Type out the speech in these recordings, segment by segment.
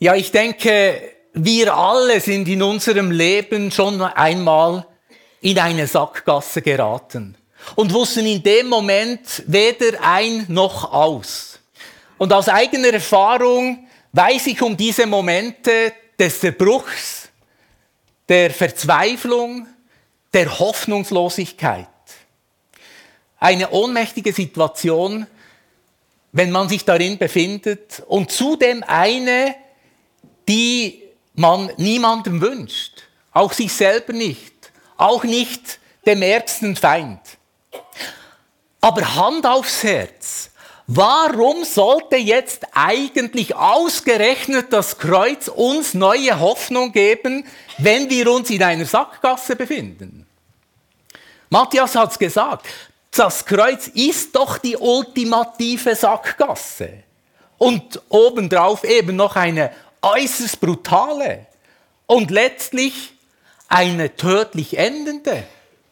Ja, ich denke, wir alle sind in unserem Leben schon einmal in eine Sackgasse geraten und wussten in dem Moment weder ein noch aus. Und aus eigener Erfahrung weiß ich um diese Momente des Zerbruchs, der Verzweiflung, der Hoffnungslosigkeit. Eine ohnmächtige Situation, wenn man sich darin befindet und zudem eine, die man niemandem wünscht, auch sich selber nicht, auch nicht dem ärgsten Feind. Aber Hand aufs Herz, warum sollte jetzt eigentlich ausgerechnet das Kreuz uns neue Hoffnung geben, wenn wir uns in einer Sackgasse befinden? Matthias hat es gesagt, das Kreuz ist doch die ultimative Sackgasse. Und obendrauf eben noch eine äußerst brutale und letztlich eine tödlich endende.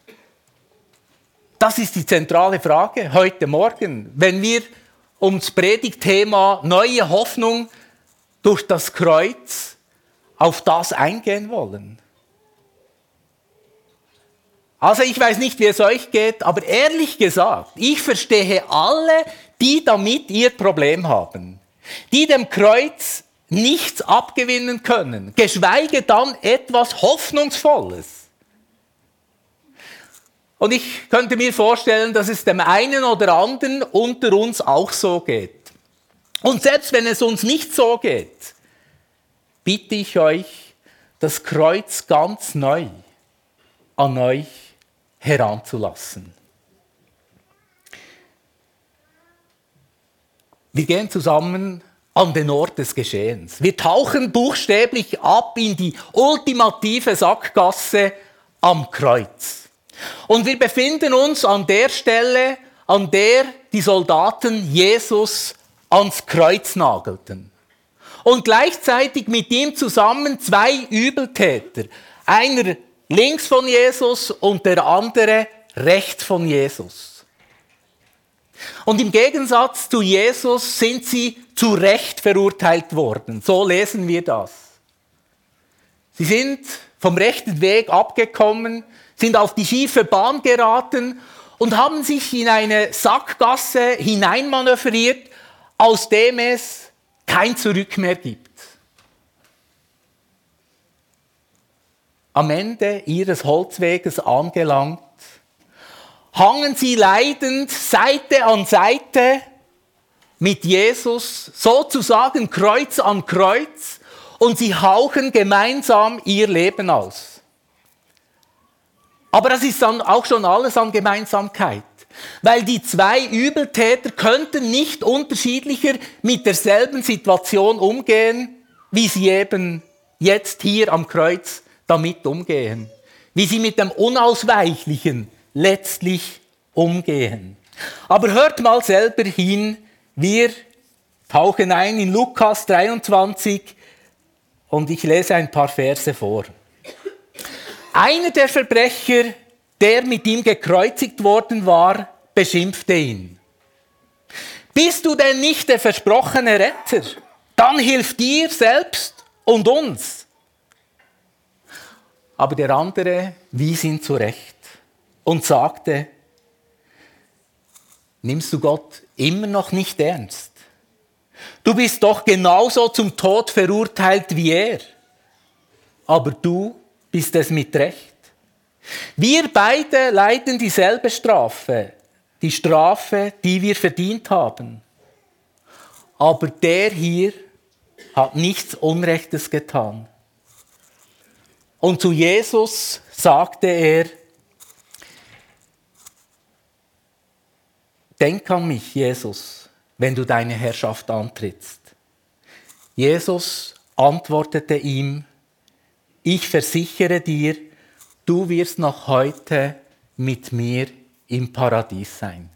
Das ist die zentrale Frage heute Morgen, wenn wir ums Predigtthema neue Hoffnung durch das Kreuz auf das eingehen wollen. Also ich weiß nicht, wie es euch geht, aber ehrlich gesagt, ich verstehe alle, die damit ihr Problem haben, die dem Kreuz nichts abgewinnen können, geschweige dann etwas Hoffnungsvolles. Und ich könnte mir vorstellen, dass es dem einen oder anderen unter uns auch so geht. Und selbst wenn es uns nicht so geht, bitte ich euch, das Kreuz ganz neu an euch heranzulassen. Wir gehen zusammen an den Ort des Geschehens. Wir tauchen buchstäblich ab in die ultimative Sackgasse am Kreuz. Und wir befinden uns an der Stelle, an der die Soldaten Jesus ans Kreuz nagelten. Und gleichzeitig mit ihm zusammen zwei Übeltäter. Einer links von Jesus und der andere rechts von Jesus. Und im Gegensatz zu Jesus sind sie zu Recht verurteilt worden. So lesen wir das. Sie sind vom rechten Weg abgekommen, sind auf die schiefe Bahn geraten und haben sich in eine Sackgasse hineinmanövriert, aus dem es kein Zurück mehr gibt. Am Ende ihres Holzweges angelangt, hangen sie leidend Seite an Seite mit Jesus, sozusagen Kreuz an Kreuz, und sie hauchen gemeinsam ihr Leben aus. Aber das ist dann auch schon alles an Gemeinsamkeit, weil die zwei Übeltäter könnten nicht unterschiedlicher mit derselben Situation umgehen, wie sie eben jetzt hier am Kreuz damit umgehen, wie sie mit dem Unausweichlichen letztlich umgehen. Aber hört mal selber hin, wir tauchen ein in Lukas 23 und ich lese ein paar Verse vor. Einer der Verbrecher, der mit ihm gekreuzigt worden war, beschimpfte ihn. Bist du denn nicht der versprochene Retter? Dann hilf dir selbst und uns. Aber der andere wies ihn zurecht und sagte, nimmst du Gott immer noch nicht ernst? Du bist doch genauso zum Tod verurteilt wie er. Aber du bist es mit Recht. Wir beide leiden dieselbe Strafe, die Strafe, die wir verdient haben. Aber der hier hat nichts Unrechtes getan. Und zu Jesus sagte er, denk an mich, Jesus, wenn du deine Herrschaft antrittst. Jesus antwortete ihm, ich versichere dir, du wirst noch heute mit mir im Paradies sein.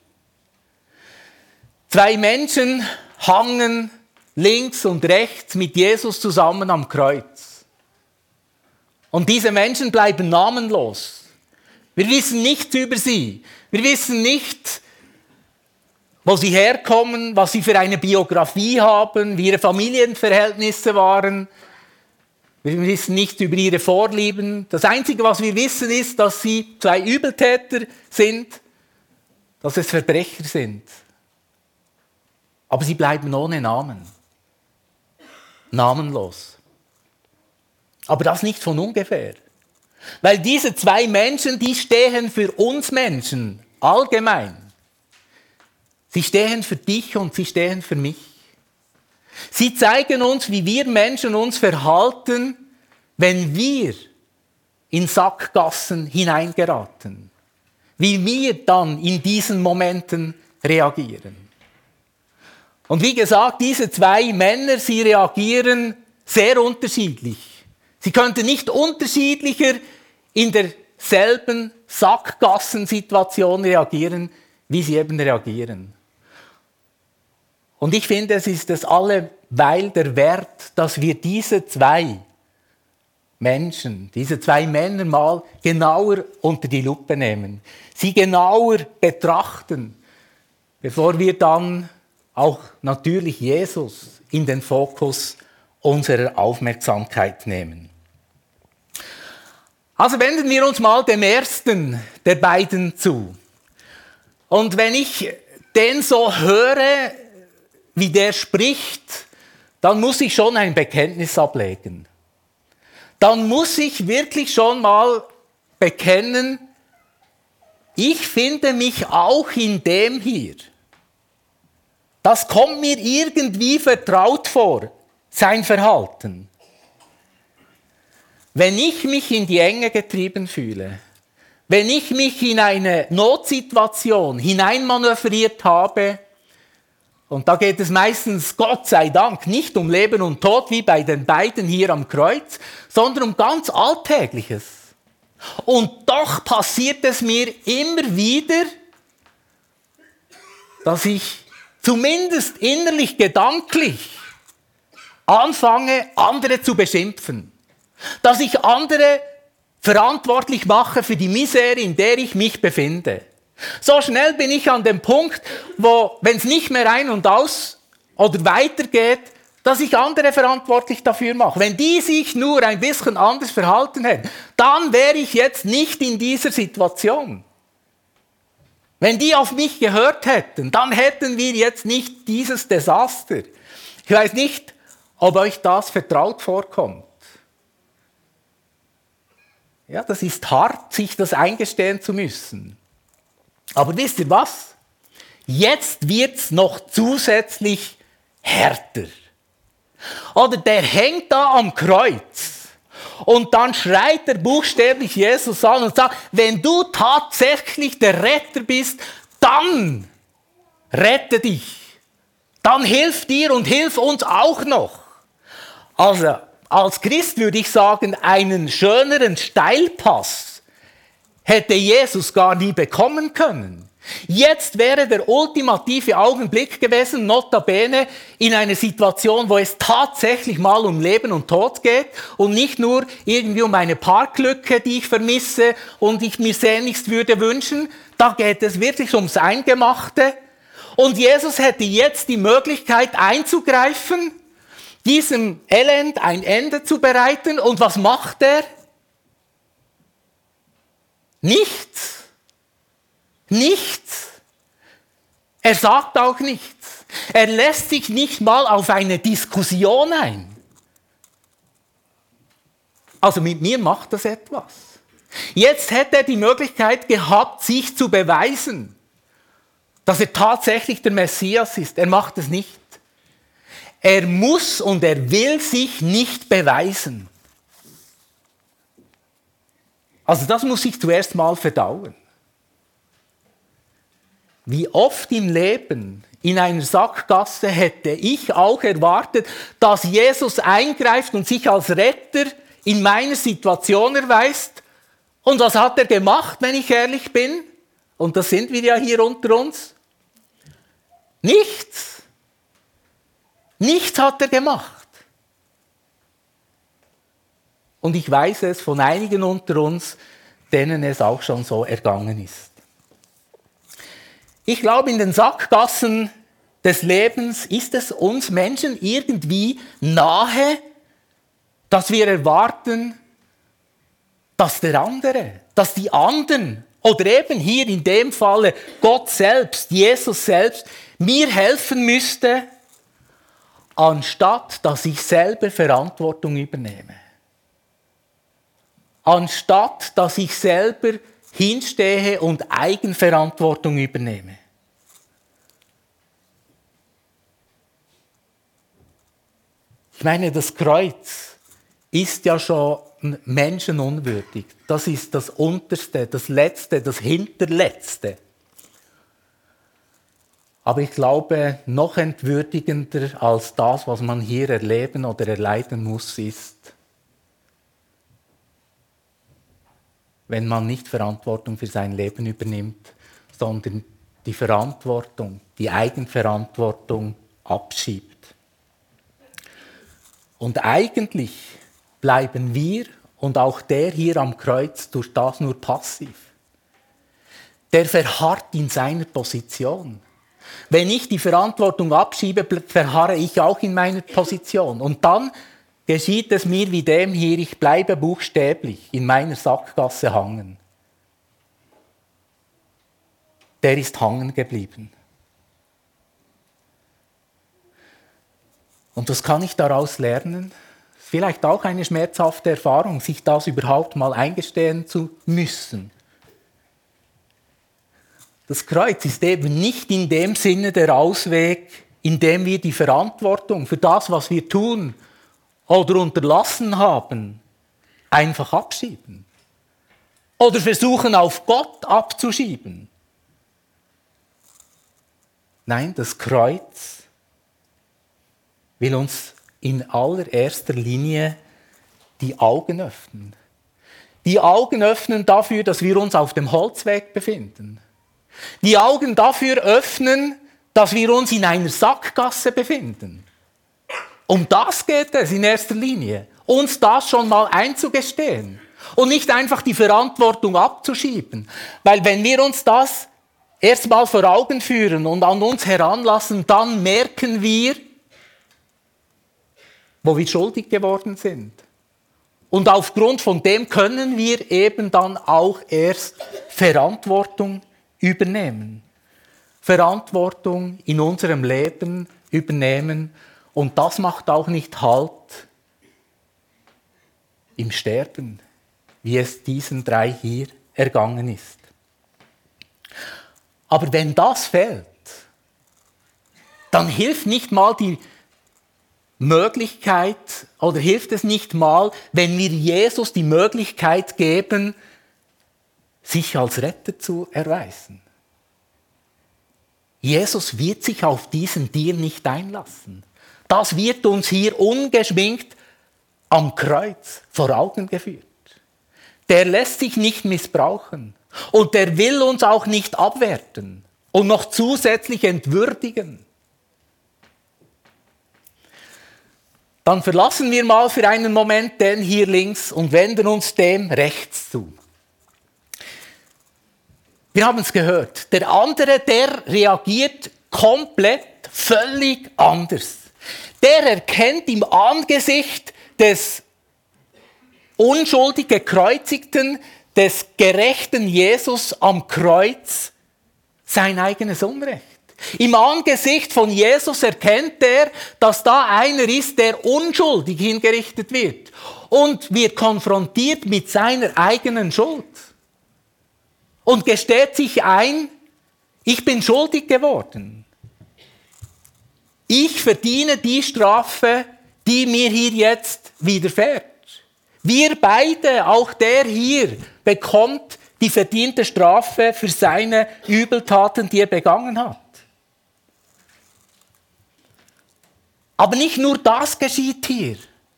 Zwei Menschen hangen links und rechts mit Jesus zusammen am Kreuz. Und diese Menschen bleiben namenlos. Wir wissen nichts über sie. Wir wissen nicht, wo sie herkommen, was sie für eine Biografie haben, wie ihre Familienverhältnisse waren. Wir wissen nichts über ihre Vorlieben. Das Einzige, was wir wissen, ist, dass sie 2 Übeltäter sind, dass es Verbrecher sind. Aber sie bleiben ohne Namen. Namenlos. Aber das nicht von ungefähr. Weil diese 2 Menschen, die stehen für uns Menschen allgemein. Sie stehen für dich und sie stehen für mich. Sie zeigen uns, wie wir Menschen uns verhalten, wenn wir in Sackgassen hineingeraten. Wie wir dann in diesen Momenten reagieren. Und wie gesagt, diese 2 Männer, sie reagieren sehr unterschiedlich. Sie könnten nicht unterschiedlicher in derselben Sackgassensituation reagieren, wie sie eben reagieren. Und ich finde, es ist es alleweil der Wert, dass wir diese 2 Menschen, diese 2 Männer mal genauer unter die Lupe nehmen, sie genauer betrachten, bevor wir dann auch natürlich Jesus in den Fokus unserer Aufmerksamkeit nehmen. Also wenden wir uns mal dem ersten der beiden zu. Und wenn ich den so höre, wie der spricht, dann muss ich schon ein Bekenntnis ablegen. Dann muss ich wirklich schon mal bekennen, ich finde mich auch in dem hier. Das kommt mir irgendwie vertraut vor, sein Verhalten. Wenn ich mich in die Enge getrieben fühle, wenn ich mich in eine Notsituation hineinmanövriert habe, und da geht es meistens, Gott sei Dank, nicht um Leben und Tod wie bei den beiden hier am Kreuz, sondern um ganz Alltägliches. Und doch passiert es mir immer wieder, dass ich zumindest innerlich, gedanklich anfange, andere zu beschimpfen. Dass ich andere verantwortlich mache für die Misere, in der ich mich befinde. So schnell bin ich an dem Punkt, wo, wenn es nicht mehr ein und aus oder weitergeht, dass ich andere verantwortlich dafür mache. Wenn die sich nur ein bisschen anders verhalten hätten, dann wäre ich jetzt nicht in dieser Situation. Wenn die auf mich gehört hätten, dann hätten wir jetzt nicht dieses Desaster. Ich weiß nicht, ob euch das vertraut vorkommt. Ja, das ist hart, sich das eingestehen zu müssen. Aber wisst ihr was? Jetzt wird's noch zusätzlich härter. Oder der hängt da am Kreuz und dann schreit er buchstäblich Jesus an und sagt, wenn du tatsächlich der Retter bist, dann rette dich. Dann hilf dir und hilf uns auch noch. Also als Christ würde ich sagen, einen schöneren Steilpass hätte Jesus gar nie bekommen können. Jetzt wäre der ultimative Augenblick gewesen, notabene in einer Situation, wo es tatsächlich mal um Leben und Tod geht und nicht nur irgendwie um eine Parklücke, die ich vermisse und ich mir sehnlichst würde wünschen. Da geht es wirklich ums Eingemachte. Und Jesus hätte jetzt die Möglichkeit einzugreifen, diesem Elend ein Ende zu bereiten. Und was macht er? Nichts. Nichts. Er sagt auch nichts. Er lässt sich nicht mal auf eine Diskussion ein. Also mit mir macht das etwas. Jetzt hätte er die Möglichkeit gehabt, sich zu beweisen, dass er tatsächlich der Messias ist. Er macht es nicht. Er muss und er will sich nicht beweisen. Also das muss ich zuerst mal verdauen. Wie oft im Leben in einer Sackgasse hätte ich auch erwartet, dass Jesus eingreift und sich als Retter in meiner Situation erweist. Und was hat er gemacht, wenn ich ehrlich bin? Und das sind wir ja hier unter uns. Nichts. Nichts hat er gemacht. Und ich weiß es von einigen unter uns, denen es auch schon so ergangen ist. Ich glaube, in den Sackgassen des Lebens ist es uns Menschen irgendwie nahe, dass wir erwarten, dass der andere, dass die anderen oder eben hier in dem Falle Gott selbst, Jesus selbst, mir helfen müsste, anstatt dass ich selber Verantwortung übernehme. Anstatt dass ich selber hinstehe und Eigenverantwortung übernehme. Ich meine, das Kreuz ist ja schon menschenunwürdig. Das ist das Unterste, das Letzte, das Hinterletzte. Aber ich glaube, noch entwürdigender als das, was man hier erleben oder erleiden muss, ist, wenn man nicht Verantwortung für sein Leben übernimmt, sondern die Verantwortung, die Eigenverantwortung abschiebt. Und eigentlich bleiben wir und auch der hier am Kreuz durch das nur passiv. Der verharrt in seiner Position. Wenn ich die Verantwortung abschiebe, verharre ich auch in meiner Position. Und dann geschieht es mir wie dem hier, ich bleibe buchstäblich in meiner Sackgasse hangen. Der ist hangen geblieben. Und was kann ich daraus lernen? Vielleicht auch eine schmerzhafte Erfahrung, sich das überhaupt mal eingestehen zu müssen. Das Kreuz ist eben nicht in dem Sinne der Ausweg, in dem wir die Verantwortung für das, was wir tun oder unterlassen haben, einfach abschieben. Oder versuchen, auf Gott abzuschieben. Nein, das Kreuz will uns in allererster Linie die Augen öffnen. Die Augen öffnen dafür, dass wir uns auf dem Holzweg befinden. Die Augen dafür öffnen, dass wir uns in einer Sackgasse befinden. Um das geht es in erster Linie. Uns das schon mal einzugestehen. Und nicht einfach die Verantwortung abzuschieben. Weil wenn wir uns das erst mal vor Augen führen und an uns heranlassen, dann merken wir, wo wir schuldig geworden sind. Und aufgrund von dem können wir eben dann auch erst Verantwortung übernehmen. Verantwortung in unserem Leben übernehmen. Und das macht auch nicht Halt im Sterben, wie es diesen 3 hier ergangen ist. Aber wenn das fehlt, dann hilft nicht mal die Möglichkeit, oder hilft es nicht mal, wenn wir Jesus die Möglichkeit geben, sich als Retter zu erweisen. Jesus wird sich auf diesen Deal nicht einlassen. Das wird uns hier ungeschminkt am Kreuz vor Augen geführt. Der lässt sich nicht missbrauchen. Und der will uns auch nicht abwerten und noch zusätzlich entwürdigen. Dann verlassen wir mal für einen Moment den hier links und wenden uns dem rechts zu. Wir haben es gehört. Der andere, der reagiert komplett, völlig anders. Der erkennt im Angesicht des unschuldig gekreuzigten, des gerechten Jesus am Kreuz sein eigenes Unrecht. Im Angesicht von Jesus erkennt er, dass da einer ist, der unschuldig hingerichtet wird und wird konfrontiert mit seiner eigenen Schuld. Und gesteht sich ein, ich bin schuldig geworden. Ich verdiene die Strafe, die mir hier jetzt widerfährt. Wir beide, auch der hier, bekommt die verdiente Strafe für seine Übeltaten, die er begangen hat. Aber nicht nur das geschieht hier,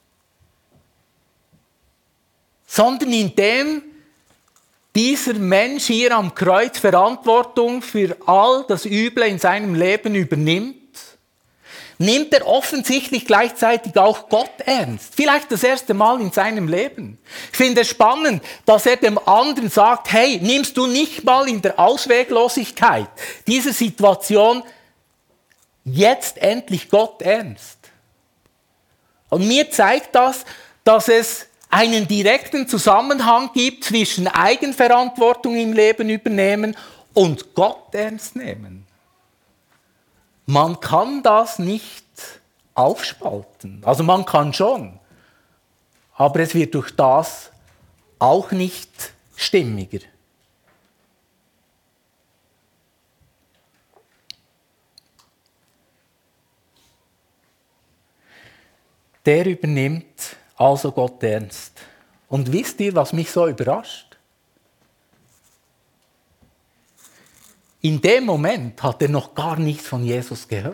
sondern indem dieser Mensch hier am Kreuz Verantwortung für all das Üble in seinem Leben übernimmt, nimmt er offensichtlich gleichzeitig auch Gott ernst. Vielleicht das erste Mal in seinem Leben. Ich finde es spannend, dass er dem anderen sagt, hey, nimmst du nicht mal in der Ausweglosigkeit dieser Situation jetzt endlich Gott ernst? Und mir zeigt das, dass es einen direkten Zusammenhang gibt zwischen Eigenverantwortung im Leben übernehmen und Gott ernst nehmen. Man kann das nicht aufspalten. Also man kann schon, aber es wird durch das auch nicht stimmiger. Der übernimmt also Gott ernst. Und wisst ihr, was mich so überrascht? In dem Moment hat er noch gar nichts von Jesus gehört.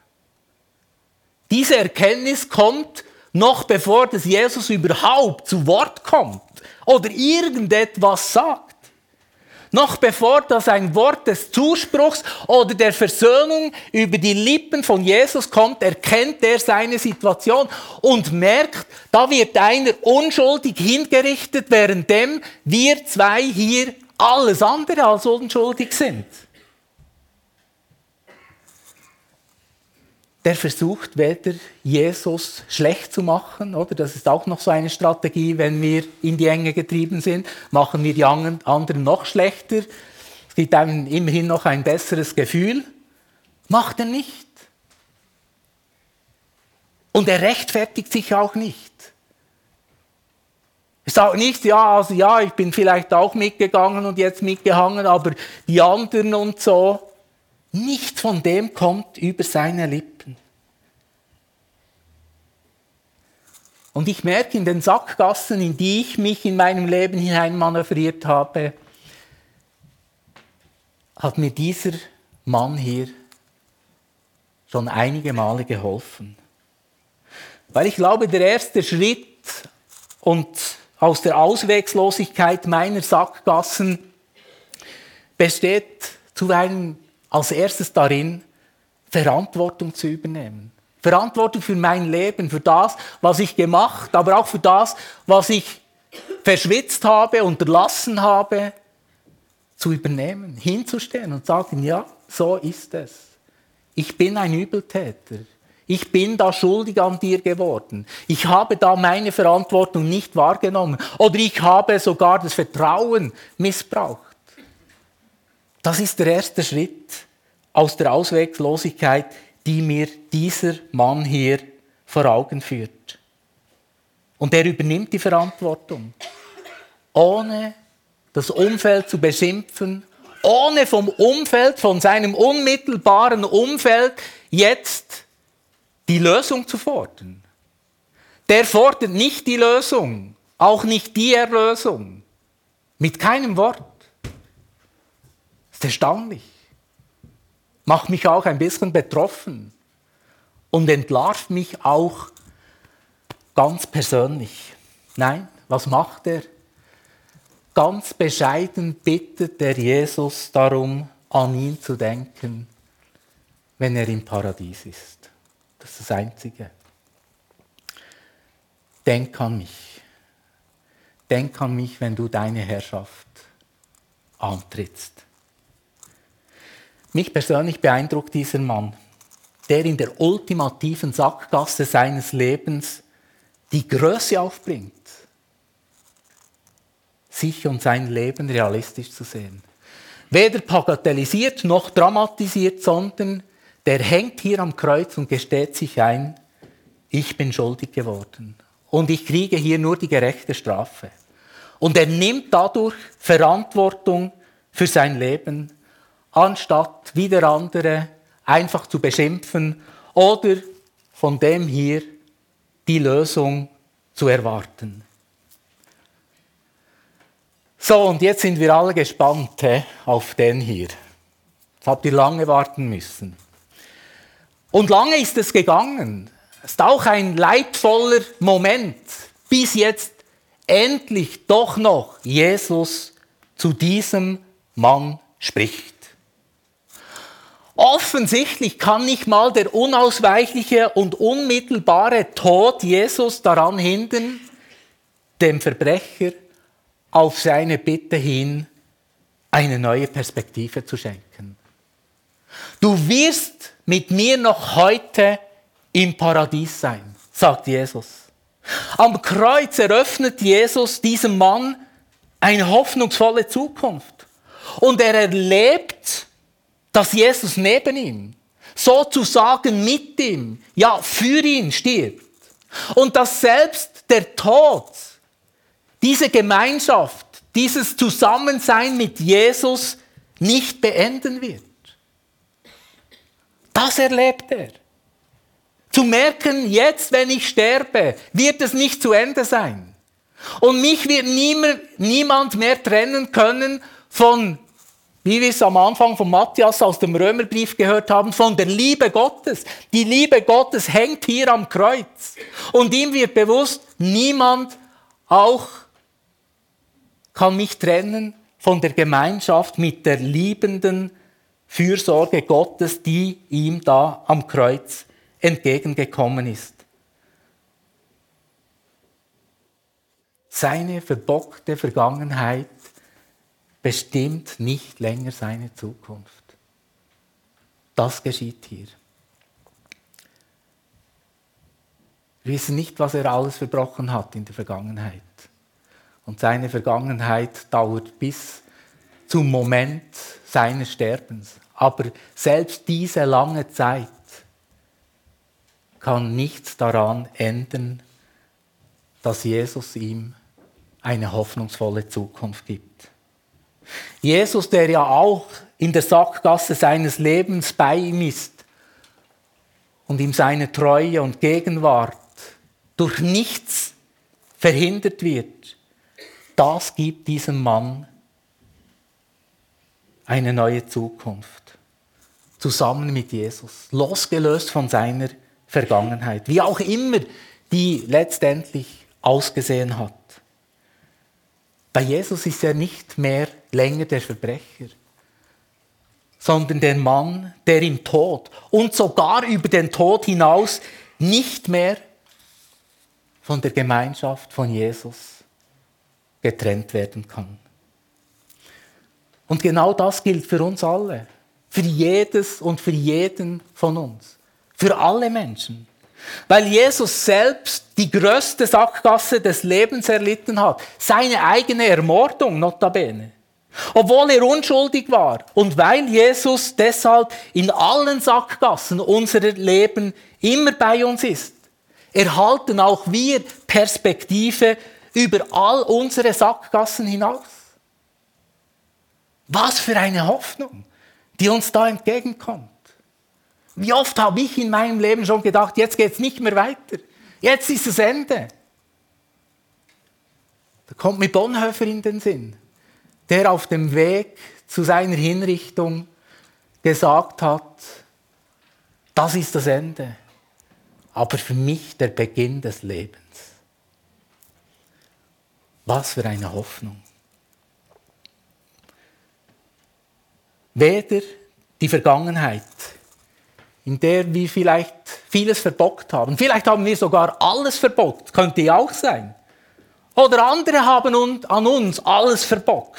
Diese Erkenntnis kommt noch bevor das Jesus überhaupt zu Wort kommt oder irgendetwas sagt. Noch bevor das ein Wort des Zuspruchs oder der Versöhnung über die Lippen von Jesus kommt, erkennt er seine Situation und merkt, da wird einer unschuldig hingerichtet, währenddem wir zwei hier alles andere als unschuldig sind. Der versucht weder Jesus schlecht zu machen, oder? Das ist auch noch so eine Strategie, wenn wir in die Enge getrieben sind, machen wir die anderen noch schlechter. Es gibt einem immerhin noch ein besseres Gefühl. Macht er nicht. Und er rechtfertigt sich auch nicht. Er sagt nicht, ich bin vielleicht auch mitgegangen und jetzt mitgehangen, aber die anderen und so. Nichts von dem kommt über seine Lippen. Und ich merke in den Sackgassen, in die ich mich in meinem Leben hineinmanövriert habe, hat mir dieser Mann hier schon einige Male geholfen. Weil ich glaube, der erste Schritt und aus der Auswegslosigkeit meiner Sackgassen besteht zuweilen als erstes darin, Verantwortung zu übernehmen. Verantwortung für mein Leben, für das, was ich gemacht, aber auch für das, was ich verschwitzt habe, unterlassen habe, zu übernehmen, hinzustehen und sagen, ja, so ist es. Ich bin ein Übeltäter. Ich bin da schuldig an dir geworden. Ich habe da meine Verantwortung nicht wahrgenommen. Oder ich habe sogar das Vertrauen missbraucht. Das ist der erste Schritt aus der Ausweglosigkeit, die mir dieser Mann hier vor Augen führt. Und er übernimmt die Verantwortung, ohne das Umfeld zu beschimpfen, ohne vom Umfeld, von seinem unmittelbaren Umfeld jetzt die Lösung zu fordern. Der fordert nicht die Lösung, auch nicht die Erlösung. Mit keinem Wort. Das ist erstaunlich. Macht mich auch ein bisschen betroffen und entlarvt mich auch ganz persönlich. Nein, was macht er? Ganz bescheiden bittet der Jesus darum, an ihn zu denken, wenn er im Paradies ist. Das ist das Einzige. Denk an mich. Denk an mich, wenn du deine Herrschaft antrittst. Mich persönlich beeindruckt dieser Mann, der in der ultimativen Sackgasse seines Lebens die Größe aufbringt, sich und sein Leben realistisch zu sehen. Weder bagatellisiert noch dramatisiert, sondern der hängt hier am Kreuz und gesteht sich ein, ich bin schuldig geworden und ich kriege hier nur die gerechte Strafe. Und er nimmt dadurch Verantwortung für sein Leben, anstatt wie der andere einfach zu beschimpfen oder von dem hier die Lösung zu erwarten. So, und jetzt sind wir alle gespannt auf den hier. Jetzt habt ihr lange warten müssen. Und lange ist es gegangen. Es ist auch ein leidvoller Moment, bis jetzt endlich doch noch Jesus zu diesem Mann spricht. Offensichtlich kann nicht mal der unausweichliche und unmittelbare Tod Jesus daran hindern, dem Verbrecher auf seine Bitte hin eine neue Perspektive zu schenken. Du wirst mit mir noch heute im Paradies sein, sagt Jesus. Am Kreuz eröffnet Jesus diesem Mann eine hoffnungsvolle Zukunft. Und er erlebt, dass Jesus neben ihm, sozusagen mit ihm, ja für ihn stirbt. Und dass selbst der Tod, diese Gemeinschaft, dieses Zusammensein mit Jesus nicht beenden wird. Das erlebt er. Zu merken, jetzt, wenn ich sterbe, wird es nicht zu Ende sein. Und mich wird niemand mehr trennen können von, wie wir es am Anfang von Matthias aus dem Römerbrief gehört haben, von der Liebe Gottes. Die Liebe Gottes hängt hier am Kreuz. Und ihm wird bewusst, niemand auch kann mich trennen von der Gemeinschaft mit der liebenden Fürsorge Gottes, die ihm da am Kreuz entgegengekommen ist. Seine verbockte Vergangenheit bestimmt nicht länger seine Zukunft. Das geschieht hier. Wir wissen nicht, was er alles verbrochen hat in der Vergangenheit. Und seine Vergangenheit dauert bis zum Moment seines Sterbens. Aber selbst diese lange Zeit kann nichts daran ändern, dass Jesus ihm eine hoffnungsvolle Zukunft gibt. Jesus, der ja auch in der Sackgasse seines Lebens bei ihm ist und ihm seine Treue und Gegenwart durch nichts verhindert wird, das gibt diesem Mann eine neue Zukunft. Zusammen mit Jesus, losgelöst von seiner Vergangenheit, wie auch immer die letztendlich ausgesehen hat. Bei Jesus ist er nicht mehr länger der Verbrecher, sondern der Mann, der im Tod und sogar über den Tod hinaus nicht mehr von der Gemeinschaft von Jesus getrennt werden kann. Und genau das gilt für uns alle, für jedes und für jeden von uns, für alle Menschen. Weil Jesus selbst die größte Sackgasse des Lebens erlitten hat, seine eigene Ermordung notabene. Obwohl er unschuldig war und weil Jesus deshalb in allen Sackgassen unserer Leben immer bei uns ist, erhalten auch wir Perspektive über all unsere Sackgassen hinaus. Was für eine Hoffnung, die uns da entgegenkommt. Wie oft habe ich in meinem Leben schon gedacht, jetzt geht es nicht mehr weiter. Jetzt ist das Ende. Da kommt mir Bonhoeffer in den Sinn, der auf dem Weg zu seiner Hinrichtung gesagt hat, das ist das Ende, aber für mich der Beginn des Lebens. Was für eine Hoffnung. Weder die Vergangenheit, in der wir vielleicht vieles verbockt haben. Vielleicht haben wir sogar alles verbockt, könnte ja auch sein. Oder andere haben an uns alles verbockt.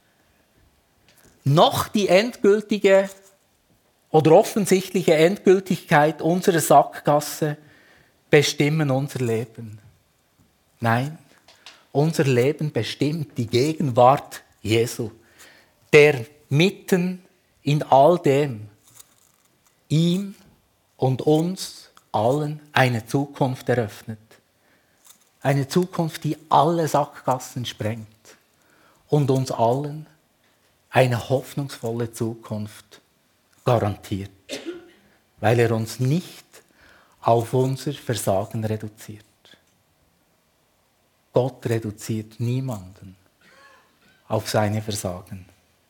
Noch die endgültige oder offensichtliche Endgültigkeit unserer Sackgasse bestimmen unser Leben. Nein, unser Leben bestimmt die Gegenwart Jesu, der mitten in all dem ihm und uns allen eine Zukunft eröffnet. Eine Zukunft, die alle Sackgassen sprengt und uns allen eine hoffnungsvolle Zukunft garantiert, weil er uns nicht auf unser Versagen reduziert. Gott reduziert niemanden auf seine Versagen.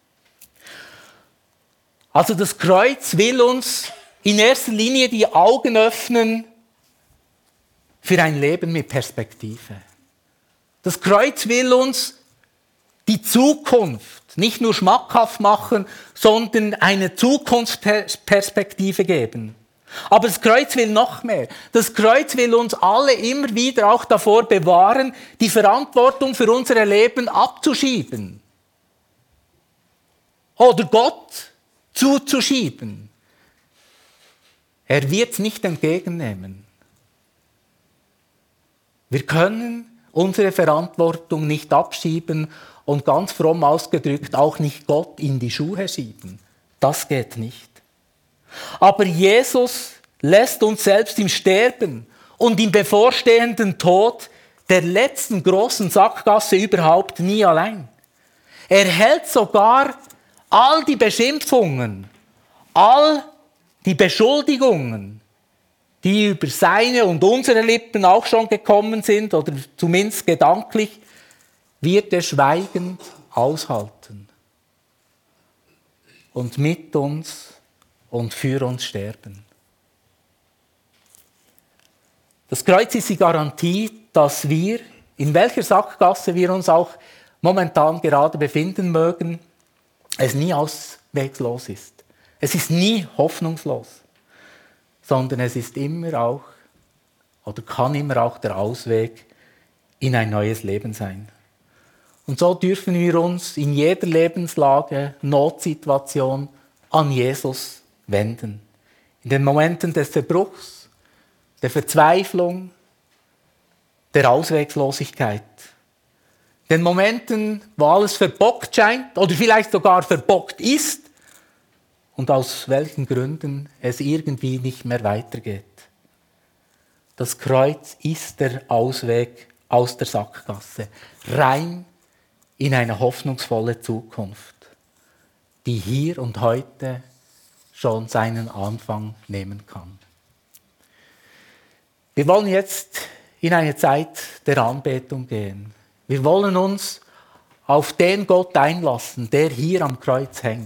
Also das Kreuz will uns in erster Linie die Augen öffnen für ein Leben mit Perspektive. Das Kreuz will uns die Zukunft nicht nur schmackhaft machen, sondern eine Zukunftsperspektive geben. Aber das Kreuz will noch mehr. Das Kreuz will uns alle immer wieder auch davor bewahren, die Verantwortung für unser Leben abzuschieben. Oder Gott zuzuschieben. Er wird es nicht entgegennehmen. Wir können unsere Verantwortung nicht abschieben und ganz fromm ausgedrückt auch nicht Gott in die Schuhe schieben. Das geht nicht. Aber Jesus lässt uns selbst im Sterben und im bevorstehenden Tod der letzten großen Sackgasse überhaupt nie allein. Er hält sogar all die Beschimpfungen, all die Beschuldigungen, die über seine und unsere Lippen auch schon gekommen sind, oder zumindest gedanklich, wird er schweigend aushalten und mit uns und für uns sterben. Das Kreuz ist die Garantie, dass wir, in welcher Sackgasse wir uns auch momentan gerade befinden mögen, es nie ausweglos ist. Es ist nie hoffnungslos, sondern es ist immer auch, oder kann immer auch der Ausweg in ein neues Leben sein. Und so dürfen wir uns in jeder Lebenslage, Notsituation an Jesus wenden. In den Momenten des Zerbruchs, der Verzweiflung, der Ausweglosigkeit. In den Momenten, wo alles verbockt scheint oder vielleicht sogar verbockt ist und aus welchen Gründen es irgendwie nicht mehr weitergeht. Das Kreuz ist der Ausweg aus der Sackgasse, rein in eine hoffnungsvolle Zukunft, die hier und heute schon seinen Anfang nehmen kann. Wir wollen jetzt in eine Zeit der Anbetung gehen. Wir wollen uns auf den Gott einlassen, der hier am Kreuz hängt.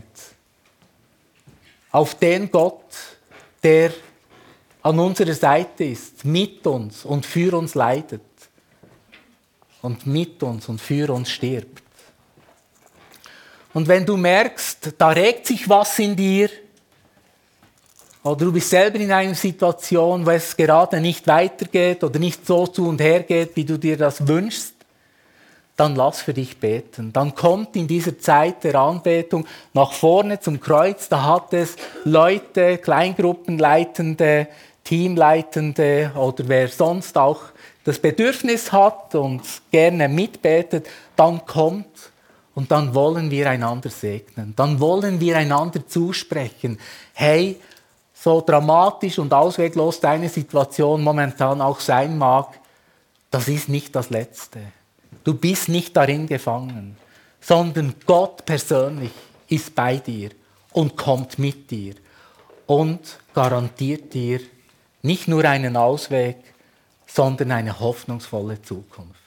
Auf den Gott, der an unserer Seite ist, mit uns und für uns leidet und mit uns und für uns stirbt. Und wenn du merkst, da regt sich was in dir, oder du bist selber in einer Situation, wo es gerade nicht weitergeht oder nicht so zu und her geht, wie du dir das wünschst, dann lass für dich beten. Dann kommt in dieser Zeit der Anbetung nach vorne zum Kreuz. Da hat es Leute, Kleingruppenleitende, Teamleitende oder wer sonst auch das Bedürfnis hat und gerne mitbetet, dann kommt und dann wollen wir einander segnen. Dann wollen wir einander zusprechen. Hey, so dramatisch und ausweglos deine Situation momentan auch sein mag, das ist nicht das Letzte. Du bist nicht darin gefangen, sondern Gott persönlich ist bei dir und kommt mit dir und garantiert dir nicht nur einen Ausweg, sondern eine hoffnungsvolle Zukunft.